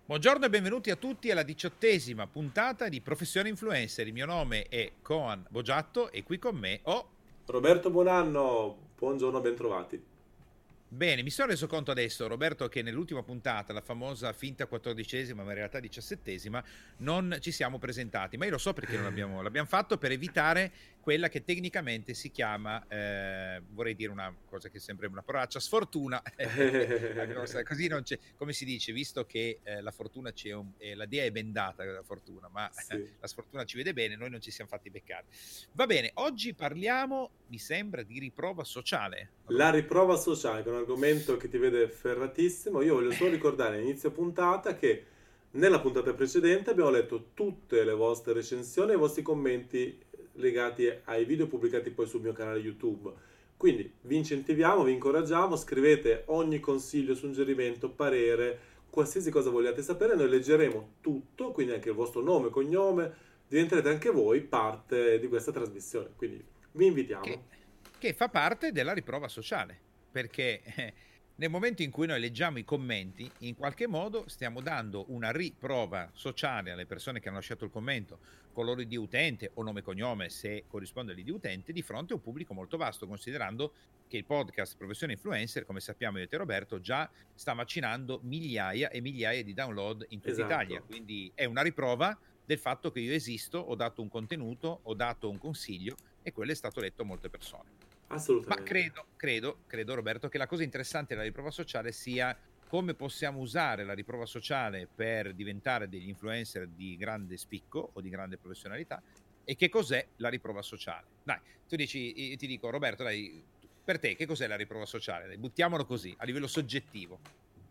Buongiorno e benvenuti a tutti alla 18ª puntata di Professione Influencer. Il mio nome è Coan Bogiatto e qui con me ho... Roberto Buonanno, buongiorno, bentrovati. Bene, mi sono reso conto adesso, Roberto, che nell'ultima puntata, la famosa finta 14ª, ma in realtà 17ª, non ci siamo presentati. Ma io lo so perché non l'abbiamo fatto per evitare quella che tecnicamente si chiama, vorrei dire una cosa che sembra una parolaccia, sfortuna. Così non c'è, come si dice, visto che la fortuna la dea è bendata la fortuna, ma Sì. la sfortuna ci vede bene, noi non ci siamo fatti beccare. Va bene, oggi parliamo, mi sembra, di riprova sociale, La Roberto. riprova sociale, che è un argomento che ti vede ferratissimo. Io voglio solo ricordare all'inizio puntata che nella puntata precedente abbiamo letto tutte le vostre recensioni e i vostri commenti legati ai video pubblicati poi sul mio canale YouTube. Quindi vi incentiviamo, vi incoraggiamo, scrivete ogni consiglio, suggerimento, parere, qualsiasi cosa vogliate sapere, noi leggeremo tutto, quindi anche il vostro nome, cognome, diventerete anche voi parte di questa trasmissione. Quindi vi che, invitiamo. che fa parte della riprova sociale, perché nel momento in cui noi leggiamo i commenti, in qualche modo stiamo dando una riprova sociale alle persone che hanno lasciato il commento con loro ID utente o nome e cognome, se corrisponde all'ID utente, di fronte a un pubblico molto vasto, considerando che il podcast Professione Influencer, come sappiamo io e te Roberto, già sta macinando migliaia e migliaia di download in tutta Italia, Esatto, quindi è una riprova del fatto che io esisto, ho dato un contenuto, ho dato un consiglio e quello è stato letto a molte persone. Ma assolutamente. credo Roberto, che la cosa interessante della riprova sociale sia come possiamo usare la riprova sociale per diventare degli influencer di grande spicco o di grande professionalità e che cos'è la riprova sociale. Dai, tu dici, io ti dico Roberto, dai, per te che cos'è la riprova sociale? Dai, buttiamolo così, a livello soggettivo.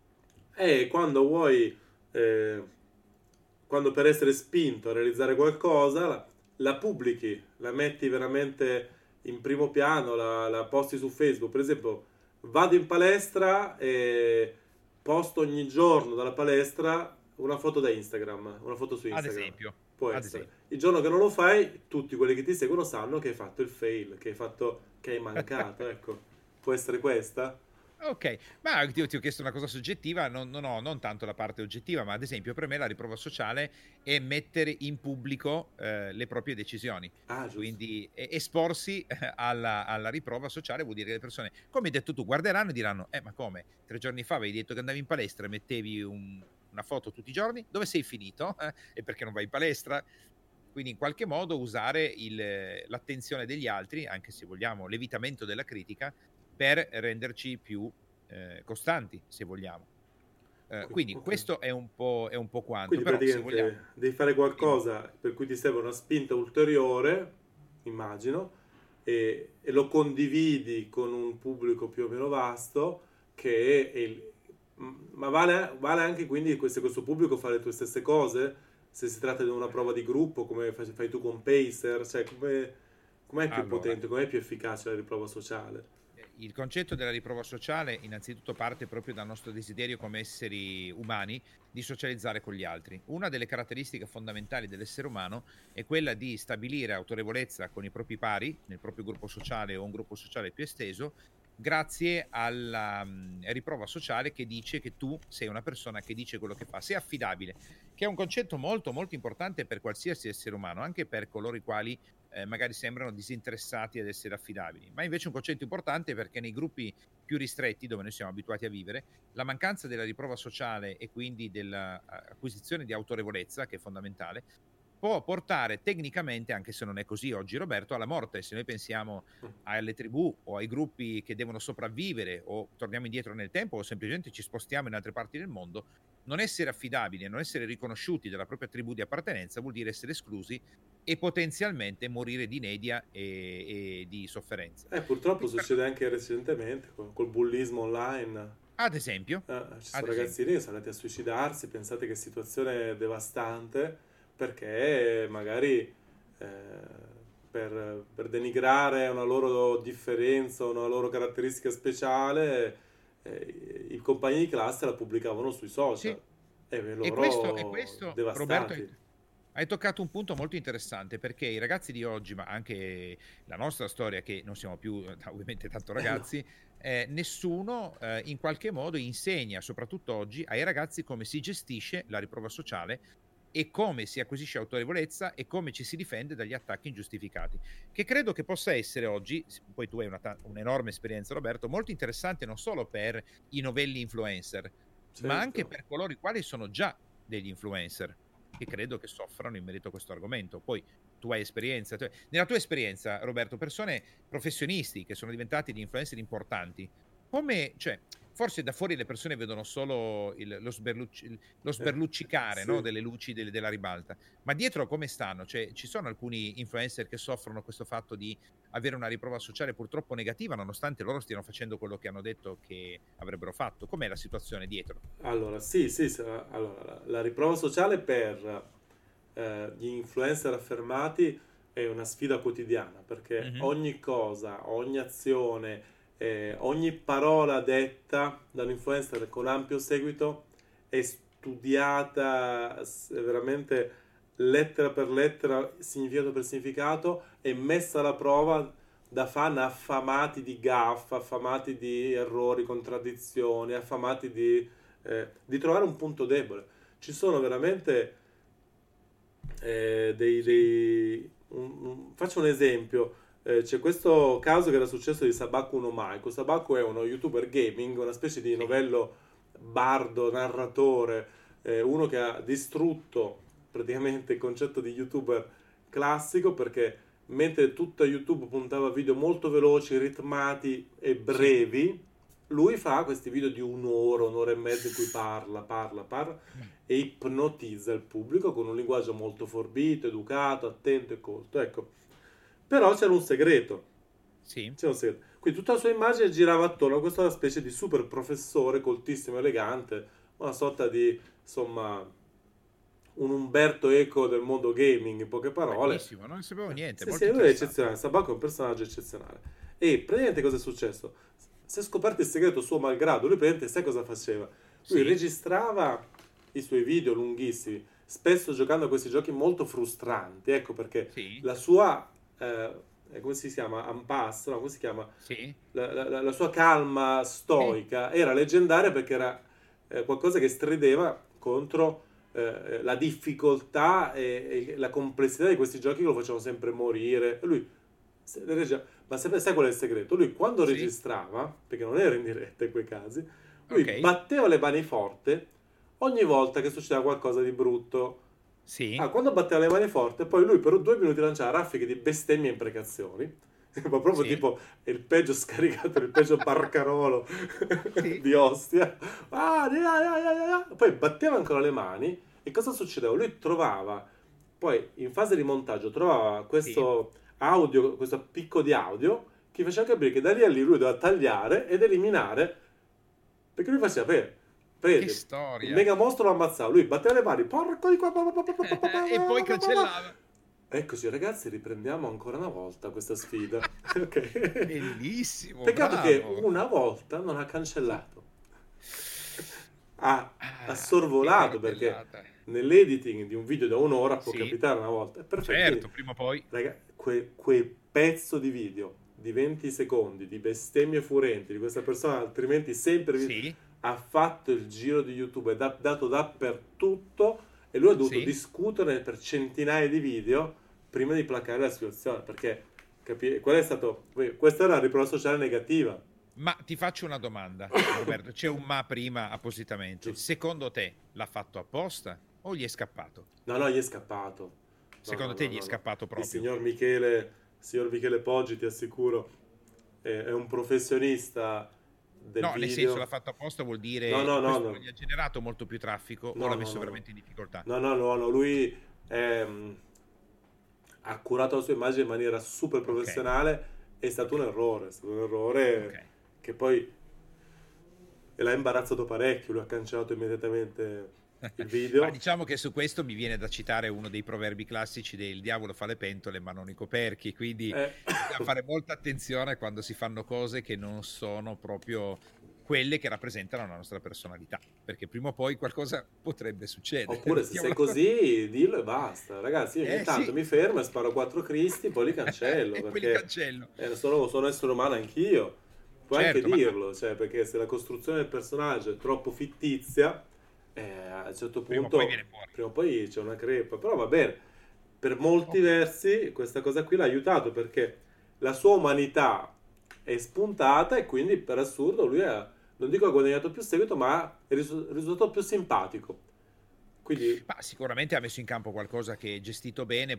E quando vuoi, eh, quando per essere spinto a realizzare qualcosa, la pubblichi, la metti veramente in primo piano, la posti su Facebook. Per esempio, vado in palestra e posto ogni giorno dalla palestra una foto da Instagram, una foto su Ad Instagram. esempio, Può ad essere. esempio. Il giorno che non lo fai, tutti quelli che ti seguono sanno che hai fatto il fail, che hai mancato, ecco. Può essere questa? Ok, ma ti ho chiesto una cosa soggettiva, non tanto la parte oggettiva, ma ad esempio per me la riprova sociale è mettere in pubblico le proprie decisioni. Ah, giusto. Quindi esporsi alla riprova sociale vuol dire che le persone, come hai detto tu, guarderanno e diranno, ma come? 3 giorni fa avevi detto che andavi in palestra e mettevi una foto tutti i giorni, dove sei finito? E perché non vai in palestra? Quindi in qualche modo usare l'attenzione degli altri, anche se vogliamo l'evitamento della critica, per renderci più costanti, se vogliamo. Quindi Ok. questo è un po' quanto, Quindi però se vogliamo... praticamente devi fare Dimmi. qualcosa per cui ti serve una spinta ulteriore, immagino, e lo condividi con un pubblico più o meno vasto, ma vale anche quindi se questo pubblico fa le tue stesse cose? Se si tratta di una prova di gruppo, come fai tu con Pacer, cioè com'è più Allora, potente, com'è più efficace la riprova sociale? il concetto della riprova sociale innanzitutto parte proprio dal nostro desiderio come esseri umani di socializzare con gli altri. Una delle caratteristiche fondamentali dell'essere umano è quella di stabilire autorevolezza con i propri pari, nel proprio gruppo sociale o un gruppo sociale più esteso, grazie alla riprova sociale che dice che tu sei una persona che dice quello che fa, sei affidabile, che è un concetto molto molto importante per qualsiasi essere umano, anche per coloro i quali magari sembrano disinteressati ad essere affidabili, ma invece è un concetto importante perché nei gruppi più ristretti dove noi siamo abituati a vivere, la mancanza della riprova sociale e quindi dell'acquisizione di autorevolezza, che è fondamentale, può portare tecnicamente, anche se non è così oggi Roberto, alla morte. Se noi pensiamo alle tribù o ai gruppi che devono sopravvivere o torniamo indietro nel tempo o semplicemente ci spostiamo in altre parti del mondo, non essere affidabili e non essere riconosciuti dalla propria tribù di appartenenza vuol dire essere esclusi e potenzialmente morire di inedia e di sofferenza. Purtroppo Quindi, succede anche recentemente col bullismo online. ad esempio, Ci ad sono esempio, ragazzini che sono andati a suicidarsi, pensate che situazione devastante, perché magari per denigrare una loro differenza, una loro caratteristica speciale, i compagni di classe la pubblicavano sui sì. social e E questo, loro Roberto, devastati. Hai toccato un punto molto interessante, perché i ragazzi di oggi, ma anche la nostra storia, che non siamo più ovviamente tanto No. ragazzi, nessuno in qualche modo insegna, soprattutto oggi, ai ragazzi come si gestisce la riprova sociale e come si acquisisce autorevolezza e come ci si difende dagli attacchi ingiustificati, che credo che possa essere oggi, poi tu hai un'enorme esperienza, Roberto, molto interessante non solo per i novelli influencer, ma anche Certo. per coloro i quali sono già degli influencer, che credo che soffrano in merito a questo argomento. Poi tu hai esperienza, nella tua esperienza, Roberto, persone professionisti che sono diventati di influencer importanti, come, cioè, forse da fuori le persone vedono solo lo sberluccicare, no, Sì. delle luci della ribalta, ma dietro come stanno? Cioè, ci sono alcuni influencer che soffrono questo fatto di avere una riprova sociale purtroppo negativa, nonostante loro stiano facendo quello che hanno detto che avrebbero fatto. Com'è la situazione dietro? Allora, sì, sì, sì, allora, la riprova sociale per gli influencer affermati è una sfida quotidiana, perché Mhm. ogni cosa, ogni azione, ogni parola detta da un influencer con ampio seguito è studiata veramente lettera per lettera, significato per significato, e messa alla prova da fan affamati di gaffe, affamati di errori, contraddizioni, affamati di trovare un punto debole. Ci sono veramente Sì, faccio un esempio. C'è questo caso che era successo di Sabaku no Maiko. Sabaku è uno youtuber gaming, una specie di sì, novello bardo, narratore, uno che ha distrutto praticamente il concetto di youtuber classico, perché mentre tutta YouTube puntava a video molto veloci, ritmati e sì. brevi, lui fa questi video di un'ora e mezza in cui parla e ipnotizza il pubblico con un linguaggio molto forbito, educato, attento e colto. Ecco, però c'era un segreto. Sì, C'era un segreto. Quindi tutta la sua immagine girava attorno a questa specie di super professore, coltissimo, elegante, una sorta di, insomma, un Umberto Eco del mondo gaming, in poche parole. bellissimo, non ne sapevo niente, Sì, sì, molto lui è interessante. eccezionale. Sabacco è un personaggio eccezionale. E praticamente cosa è successo? Si è scoperto il segreto suo malgrado. Lui praticamente sai cosa faceva? Lui Sì, registrava i suoi video lunghissimi, spesso giocando a questi giochi molto frustranti. Ecco perché sì, la sua, come si chiama? Ampass, no, come si chiama? sì, La sua calma sì, stoica era leggendaria perché era qualcosa che strideva contro la difficoltà e la complessità di questi giochi che lo facevano sempre morire. E lui, ma sai qual è il segreto? Lui quando sì, registrava, perché non era in diretta in quei casi, lui ok, batteva le mani forte ogni volta che succedeva qualcosa di brutto. Ah, sì, quando batteva le mani forte, poi lui per 2 minuti lanciava raffiche di bestemmie e imprecazioni. Ma proprio sì, tipo il peggio scaricato, il peggio barcarolo sì, di Ostia. Poi batteva ancora le mani e cosa succedeva? Lui trovava, poi in fase di montaggio, trovava sì. questo audio, questo picco di audio che faceva capire che da lì a lì lui doveva tagliare ed eliminare, perché lui faceva Che prende il storia! mega mostro, lo ammazzava, lui batteva le mani, porco di qua, E poi cancellava. eccoci ragazzi, riprendiamo ancora una volta questa sfida. Ok. Bellissimo, Peccato che bravo. una volta non ha Sì. cancellato. Ha Che sorvolato perché cartellata. nell'editing di un video da un'ora può Sì, capitare una volta. È perfetto. Quindi, certo, prima o poi. raga, quel pezzo di video di 20 secondi di bestemmie furenti di questa persona, altrimenti sempre Sì, ha fatto il giro di YouTube, è dato dappertutto e lui ha dovuto sì. discutere per centinaia di video prima di placare la situazione, perché quello è stato, questa era la riprova sociale negativa, Ma ti faccio una domanda, Roberto. C'è un ma prima appositamente. giusto? Secondo te l'ha fatto apposta o gli è scappato? No, no, gli è scappato. No, no, Secondo te no, gli è no, no. scappato Il proprio? signor Michele Poggi, ti assicuro, è un professionista del No, nel senso l'ha video. fatto apposta vuol No, dire no, no, questo no. gli ha generato molto più traffico o No, l'ha no, messo no, no. veramente in difficoltà? No, no, no, no. Lui ha curato la sua immagine in maniera super Ok, professionale. È stato ok, un errore. È stato un ok. errore che poi l'ha imbarazzato parecchio. Lui ha cancellato immediatamente il Ma video. diciamo che su questo mi viene da citare uno dei proverbi classici del diavolo fa le pentole ma non i coperchi, quindi Eh, bisogna fare molta attenzione quando si fanno cose che non sono proprio quelle che rappresentano la nostra personalità, perché prima o poi qualcosa potrebbe succedere. Oppure se sei così, dillo e basta. Ragazzi, io ogni tanto Sì, mi fermo e sparo 4 cristi, poi li cancello, e poi li perché cancello. sono essere umano anch'io. Puoi anche Certo, ma dirlo, cioè, perché se la costruzione del personaggio è troppo fittizia, a un certo prima o poi punto, viene fuori. prima o poi c'è una crepa. Però va bene, per molti Ok. versi questa cosa qui l'ha aiutato, perché la sua umanità è spuntata e quindi per assurdo lui ha, non dico ha guadagnato più seguito, ma è risultato più simpatico. Quindi Ma sicuramente ha messo in campo qualcosa che gestito bene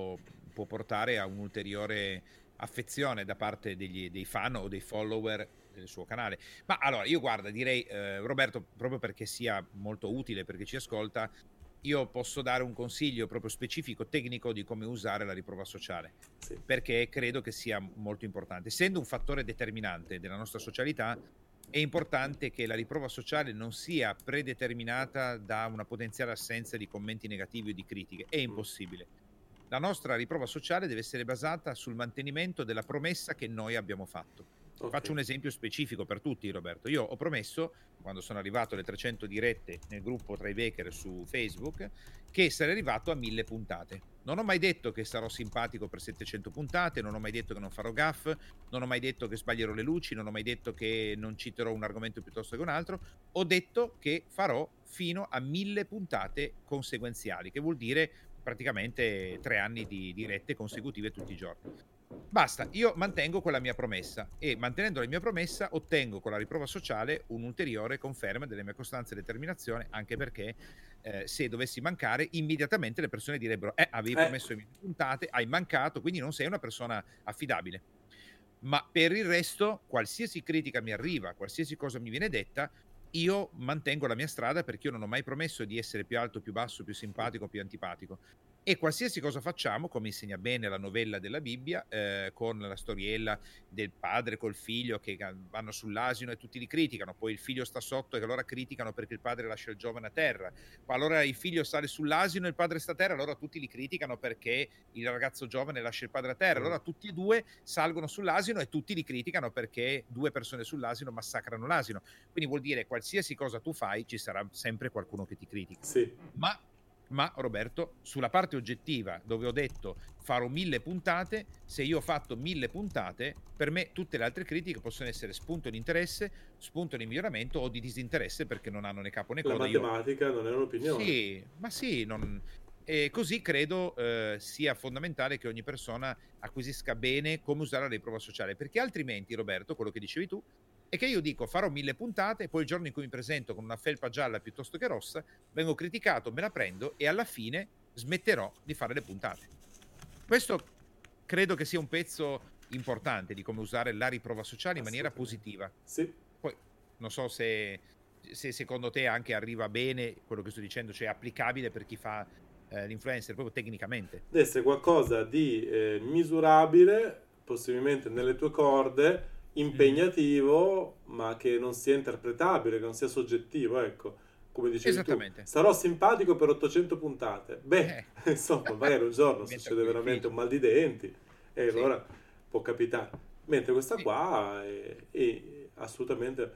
può portare a un'ulteriore affezione da parte dei fan o dei follower del suo canale. Ma allora, io guarda, direi, Roberto, proprio perché sia molto utile per chi ci ascolta, io posso dare un consiglio proprio specifico, tecnico di come usare la riprova sociale, sì. perché credo che sia molto importante. Essendo un fattore determinante della nostra socialità, è importante che la riprova sociale non sia predeterminata da una potenziale assenza di commenti negativi o di critiche. È Mm. impossibile. La nostra riprova sociale deve essere basata sul mantenimento della promessa che noi abbiamo fatto. Ok. Faccio un esempio specifico per tutti, Roberto. Io ho promesso, quando sono arrivato alle 300 dirette nel gruppo tra i Baker su Facebook, che sarei arrivato a 1000 puntate. Non ho mai detto che sarò simpatico per 700 puntate, non ho mai detto che non farò gaff, non ho mai detto che sbaglierò le luci, non ho mai detto che non citerò un argomento piuttosto che un altro. Ho detto che farò fino a 1000 puntate conseguenziali, che vuol dire praticamente 3 anni di dirette consecutive tutti i giorni. Basta, io mantengo quella mia promessa e mantenendo la mia promessa ottengo con la riprova sociale un'ulteriore conferma delle mie costanza e determinazione, anche perché se dovessi mancare immediatamente le persone direbbero avevi Eh, promesso 1000 puntate, hai mancato, quindi non sei una persona affidabile. Ma per il resto, qualsiasi critica mi arriva, qualsiasi cosa mi viene detta, io mantengo la mia strada perché io non ho mai promesso di essere più alto, più basso, più simpatico, più antipatico. E qualsiasi cosa facciamo, come insegna bene la novella della Bibbia, con la storiella del padre col figlio che vanno sull'asino e tutti li criticano, poi il figlio sta sotto e allora criticano perché il padre lascia il giovane a terra, allora il figlio sale sull'asino e il padre sta a terra, allora tutti li criticano perché il ragazzo giovane lascia il padre a terra, allora tutti e due salgono sull'asino e tutti li criticano perché due persone sull'asino massacrano l'asino. Quindi vuol dire qualsiasi cosa tu fai ci sarà sempre qualcuno che ti critica. sì, Ma Roberto, sulla parte oggettiva dove ho detto farò 1000 puntate, se io ho fatto 1000 puntate, per me tutte le altre critiche possono essere spunto di interesse, spunto di miglioramento o di disinteresse perché non hanno né capo né la coda. Io matematica non è un'opinione. sì, ma sì, e così credo sia fondamentale che ogni persona acquisisca bene come usare la riprova sociale, perché altrimenti, Roberto, quello che dicevi tu, è che io dico farò 1000 puntate, poi il giorno in cui mi presento con una felpa gialla piuttosto che rossa, vengo criticato, me la prendo e alla fine smetterò di fare le puntate. Questo credo che sia un pezzo importante di come usare la riprova sociale in maniera Assolutamente. positiva. Sì, Poi non so se secondo te anche arriva bene quello che sto dicendo, cioè applicabile per chi fa l'influencer proprio tecnicamente. deve essere qualcosa di misurabile, possibilmente nelle tue corde, Mhm. impegnativo, ma che non sia interpretabile, che non sia soggettivo, ecco. Come dicevi tu, Esattamente. sarò simpatico per 800 puntate. Beh, Eh, insomma, magari un giorno diventa succede poi veramente un difficile. mal di denti e Sì, allora può capitare. Mentre questa sì, qua è assolutamente...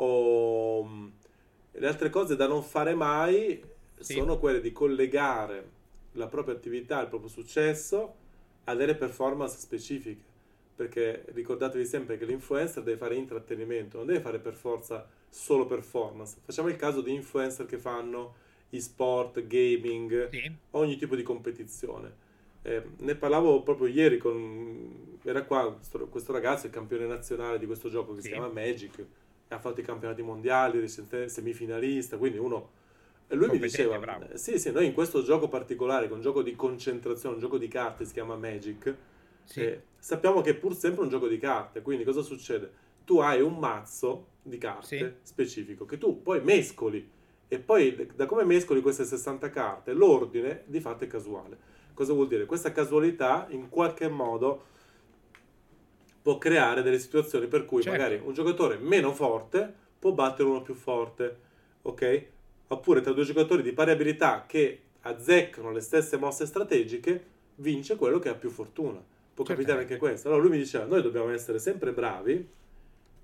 le altre cose da non fare mai sì, sono quelle di collegare la propria attività, il proprio successo a delle performance specifiche. Perché ricordatevi sempre che l'influencer deve fare intrattenimento, non deve fare per forza solo performance. Facciamo il caso di influencer che fanno e-sport, gaming, sì, ogni tipo di competizione. Ne parlavo proprio ieri con... Era qua questo ragazzo, il campione nazionale di questo gioco che si sì, chiama Magic, e ha fatto i campionati mondiali, semifinalista, quindi uno... E lui mi competente, diceva, bravo. sì, sì, noi in questo gioco particolare, che è un gioco di concentrazione, un gioco di carte, si chiama Magic, Sì, sappiamo che è pur sempre un gioco di carte, quindi cosa succede? Tu hai un mazzo di sì, carte specifico che tu poi mescoli e poi da come mescoli queste 60 carte, l'ordine di fatto è casuale. Cosa vuol dire? Questa casualità in qualche modo può creare delle situazioni per cui magari certo, un giocatore meno forte può battere uno più forte, ok? Oppure tra due giocatori di pari abilità che azzeccano le stesse mosse strategiche, vince quello che ha più fortuna. Può capitare anche certamente. questo. Allora lui mi diceva, noi dobbiamo essere sempre bravi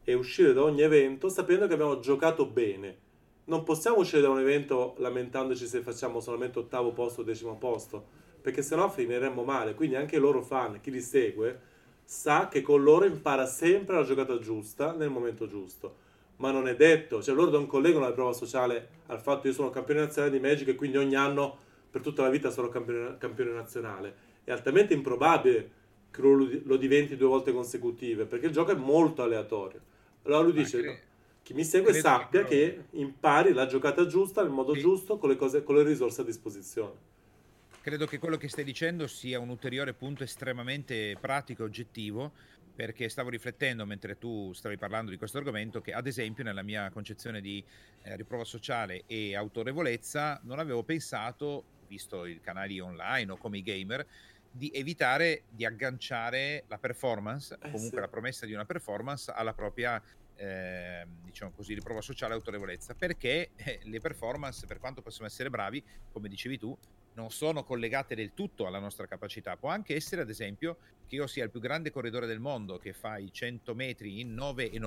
e uscire da ogni evento sapendo che abbiamo giocato bene. Non possiamo uscire da un evento lamentandoci se facciamo solamente ottavo posto o decimo posto, perché sennò finiremmo male. Quindi anche i loro fan, chi li segue, sa che con loro impara sempre la giocata giusta nel momento giusto. Ma non è detto, cioè loro non collegano la prova sociale al fatto che io sono campione nazionale di Magic e quindi ogni anno per tutta la vita sarò campione nazionale. È altamente improbabile che lo diventi 2 volte consecutive, perché il gioco è molto aleatorio. Allora lui Ma dice, no, chi mi segue credo che sappia che impari la giocata giusta nel modo sì, giusto con le cose, con le risorse a disposizione. credo che quello che stai dicendo sia un ulteriore punto estremamente pratico e oggettivo, perché stavo riflettendo mentre tu stavi parlando di questo argomento che, ad esempio, nella mia concezione di riprova sociale e autorevolezza non avevo pensato, visto i canali online o come i gamer, di evitare di agganciare la performance, o Eh sì, comunque la promessa di una performance, alla propria diciamo così, riprova sociale e autorevolezza, perché le performance, per quanto possono essere bravi, come dicevi tu, non sono collegate del tutto alla nostra capacità. Può anche essere, ad esempio, che io sia il più grande corridore del mondo, che fa i 100 metri in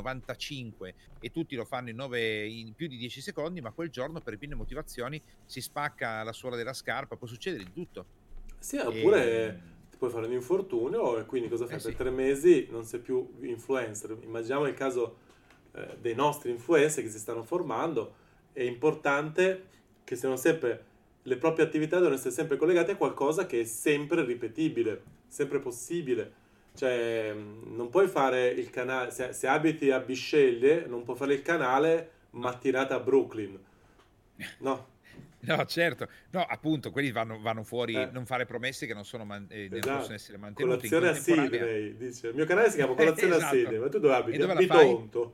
9,95 e tutti lo fanno in più di 10 secondi, ma quel giorno per mille motivazioni si spacca la suola della scarpa, può succedere di tutto. sì, E, oppure ti puoi fare un infortunio e quindi cosa fai? Per sì, 3 mesi non sei più influencer. Immaginiamo il caso dei nostri influencer che si stanno formando. È importante che siano sempre, le proprie attività devono essere sempre collegate a qualcosa che è sempre ripetibile, sempre possibile. Cioè, non puoi fare il canale, se abiti a Bisceglie, non puoi fare il canale no. mattinata a Brooklyn. No, No, certo, no, appunto, quelli vanno eh, fuori, non fare promesse che non possono esatto. essere mantenute. In Colazione a contemporanea, Sydney, dice. Il mio canale si chiama Colazione a esatto. Sydney, ma tu dove E abiti? A dove la fai? Bitonto.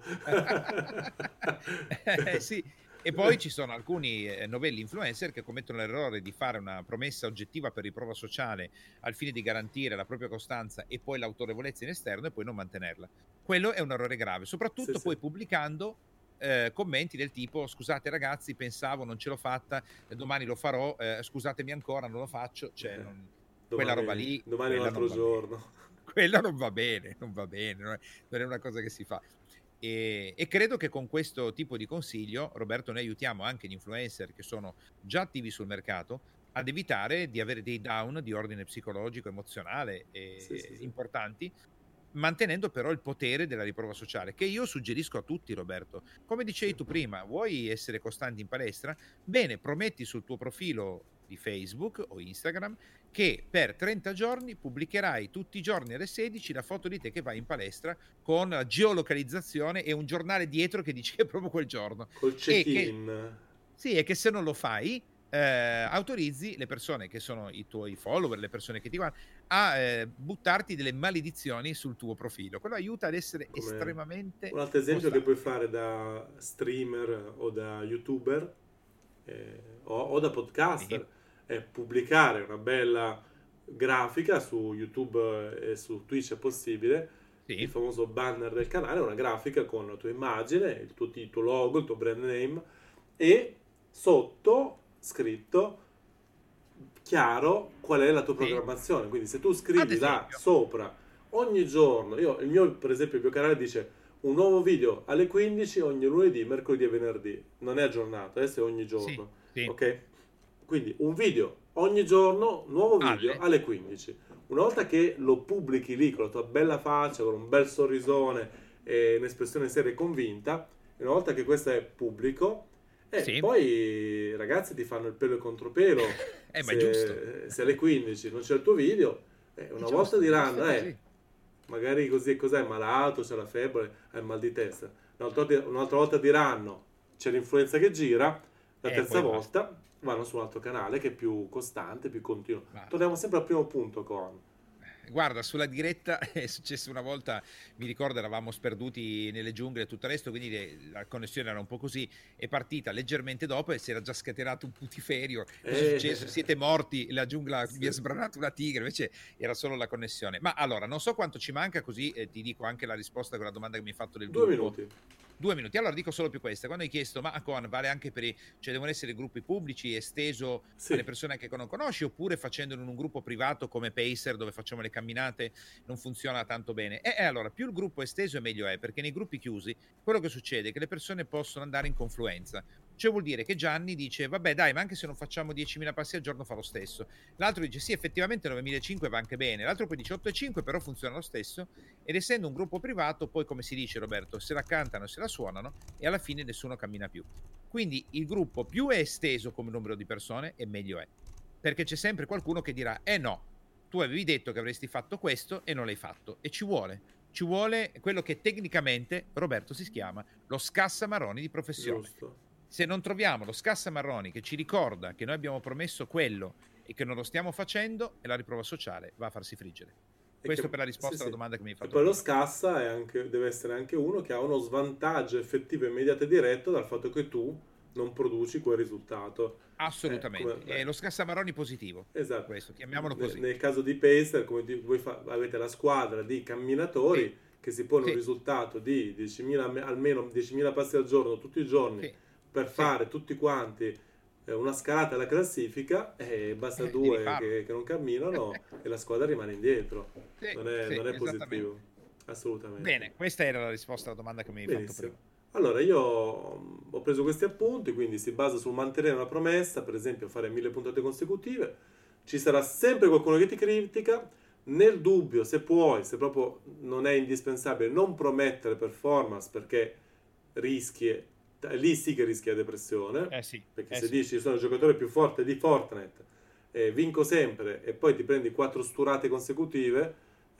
Sì. E poi ci sono alcuni novelli influencer che commettono l'errore di fare una promessa oggettiva per riprova sociale al fine di garantire la propria costanza e poi l'autorevolezza in esterno e poi non mantenerla. Quello è un errore grave, Sì, soprattutto sì. poi pubblicando commenti del tipo: scusate ragazzi, pensavo, non ce l'ho fatta, domani lo farò, scusatemi ancora, non lo faccio. Cioè, quella roba lì, Domani è un quella altro non va bene. giorno. Quella non va bene, non va bene, non è una cosa che si fa. E credo che con questo tipo di consiglio, Roberto, noi aiutiamo anche gli influencer che sono già attivi sul mercato ad evitare di avere dei down di ordine psicologico, emozionale Sì, sì, sì. importanti, mantenendo però il potere della riprova sociale, che io suggerisco a tutti, Roberto. Come Sì. dicevi tu prima, vuoi essere costanti in palestra? Bene, prometti sul tuo profilo di Facebook o Instagram che per 30 giorni pubblicherai tutti i giorni alle 16 la foto di te che vai in palestra con la geolocalizzazione e un giornale dietro che dice che è proprio quel giorno. Col E che, check-in. sì, e che se non lo fai, autorizzi le persone che sono i tuoi follower, le persone che ti guardano, a buttarti delle maledizioni sul tuo profilo. Quello aiuta ad essere Come estremamente un altro esempio che puoi costante. fare da streamer o da youtuber o da Sì, podcaster è pubblicare una bella grafica su YouTube e su Twitch è possibile, il sì, famoso banner del canale, una grafica con la tua immagine, il tuo titolo, logo, il tuo brand name e sotto scritto chiaro qual è la tua sì, programmazione. Quindi se tu ad scrivi là esempio. sopra ogni giorno, il mio, per esempio, il mio canale dice un nuovo video alle 15 ogni lunedì, mercoledì e venerdì. Non è aggiornato, adesso è ogni Sì, giorno. sì, Ok? Quindi un video ogni giorno, nuovo video alle. alle 15. Una volta che lo pubblichi lì con la tua bella faccia, con un bel sorrisone e un'espressione seria e convinta, e una volta che questo è pubblico, Sì, poi i ragazzi ti fanno il pelo e contropelo ma è giusto. se alle 15 non c'è il tuo video, una volta È giusto diranno, così. magari così e cos'è, è malato, c'è la febbre, ha il mal di testa. Un'altra volta diranno, c'è l'influenza che gira, la E terza poi basta. volta vanno su un altro canale che è più costante, più continuo. Basta. Torniamo sempre al primo punto con. Guarda, sulla diretta è successo una volta, mi ricordo, eravamo sperduti nelle giungle e tutto il resto, quindi la connessione era un po' così, è partita leggermente dopo e si era già scatenato un putiferio. Cosa è successo? Siete morti, la giungla vi ha Sì. sbranato una tigre, invece era solo la connessione. Ma allora, non so quanto ci manca, così ti dico anche la risposta a quella domanda che mi hai fatto del Due gruppo. minuti. 2 minuti. Allora dico solo più questa. Quando hai chiesto, ma Coan vale anche per cioè devono essere gruppi pubblici, esteso alle Sì, persone che non conosci, oppure facendolo in un gruppo privato come Pacer, dove facciamo le camminate, non funziona tanto bene? Allora, più il gruppo è esteso e meglio è, perché nei gruppi chiusi quello che succede è che le persone possono andare in confluenza. Cioè vuol dire che Gianni dice, vabbè dai, ma anche se non facciamo 10.000 passi al giorno fa lo stesso. L'altro dice, sì, effettivamente 9.500 va anche bene. L'altro poi dice 8.500, però funziona lo stesso. Ed essendo un gruppo privato, poi come si dice, Roberto, se la cantano, se la suonano e alla fine nessuno cammina più. Quindi il gruppo più è esteso come numero di persone e meglio è. Perché c'è sempre qualcuno che dirà, no, tu avevi detto che avresti fatto questo e non l'hai fatto. E ci vuole quello che tecnicamente, Roberto, si chiama lo scassamarroni di professione. giusto. Se non troviamo lo scassamarroni che ci ricorda che noi abbiamo promesso quello e che non lo stiamo facendo, e la riprova sociale va a farsi friggere. E Questo che, per la sì, risposta alla sì. domanda che mi hai E fatto poi lo prima. scassa deve essere anche uno che ha uno svantaggio effettivo, immediato e diretto dal fatto che tu non produci quel risultato. Assolutamente. È lo scassamarroni positivo. Esatto. Questo, chiamiamolo così. Nel caso di Pacer, come voi avete la squadra di Sì, camminatori che si pone un sì, risultato di 10.000, almeno 10.000 passi al giorno tutti i giorni sì, per sì. fare tutti quanti una scalata alla classifica e basta Devi due farlo. che non camminano e la squadra rimane indietro. Sì, sì, Non è esattamente. positivo, assolutamente. Bene, questa era la risposta alla domanda che mi hai fatto Benissimo. prima. Allora, io ho preso questi appunti, quindi si basa sul mantenere una promessa, per esempio fare 1000 puntate consecutive. Ci sarà sempre qualcuno che ti critica. Nel dubbio, se puoi, se proprio non è indispensabile, non promettere performance perché rischi, lì sì che rischi la depressione. Sì, Perché se sì. dici sono il giocatore più forte di Fortnite, vinco sempre e poi ti prendi 4 sturate consecutive,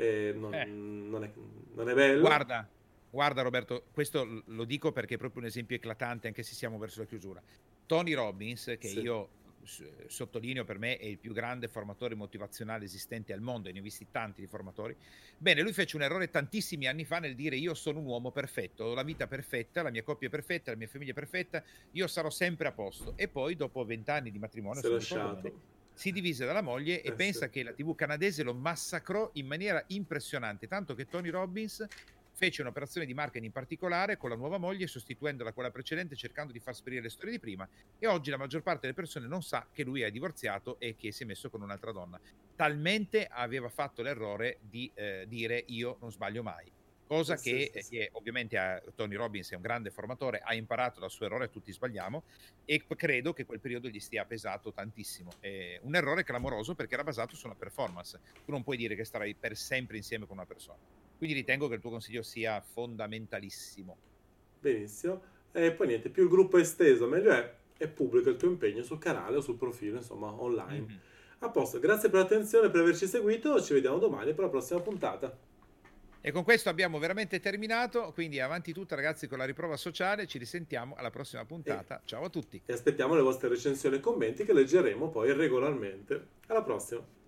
Eh. non è bello. Guarda Roberto, questo lo dico perché è proprio un esempio eclatante, anche se siamo verso la chiusura. Tony Robbins, che Sì, io sottolineo, per me è il più grande formatore motivazionale esistente al mondo, e ne ho visti tanti di formatori. Bene, lui fece un errore tantissimi anni fa nel dire io sono un uomo perfetto, ho la vita perfetta, la mia coppia è perfetta, la mia famiglia è perfetta, io sarò sempre a posto. E poi dopo 20 anni di matrimonio, si è se non ricordo bene, lasciato. si divise dalla moglie e Sì. pensa che la TV canadese lo massacrò in maniera impressionante, tanto che Tony Robbins fece un'operazione di marketing particolare con la nuova moglie, sostituendola a quella precedente, cercando di far sparire le storie di prima. E oggi la maggior parte delle persone non sa che lui è divorziato e che si è messo con un'altra donna. Talmente aveva fatto l'errore di dire io non sbaglio mai. Cosa Sì, che sì, sì. ovviamente Tony Robbins è un grande formatore, ha imparato dal suo errore, tutti sbagliamo, e credo che quel periodo gli stia pesato tantissimo. È un errore clamoroso perché era basato su una performance. Tu non puoi dire che starai per sempre insieme con una persona. Quindi ritengo che il tuo consiglio sia fondamentalissimo. Benissimo. E poi niente, più il gruppo è esteso, meglio è, e pubblica il tuo impegno sul canale o sul profilo, insomma, online. Mm-hmm. A posto, grazie per l'attenzione, per averci seguito, ci vediamo domani per la prossima puntata. E con questo abbiamo veramente terminato, quindi avanti tutta ragazzi con la riprova sociale, ci risentiamo alla prossima E, puntata. Ciao a tutti. e aspettiamo le vostre recensioni e commenti che leggeremo poi regolarmente. Alla prossima!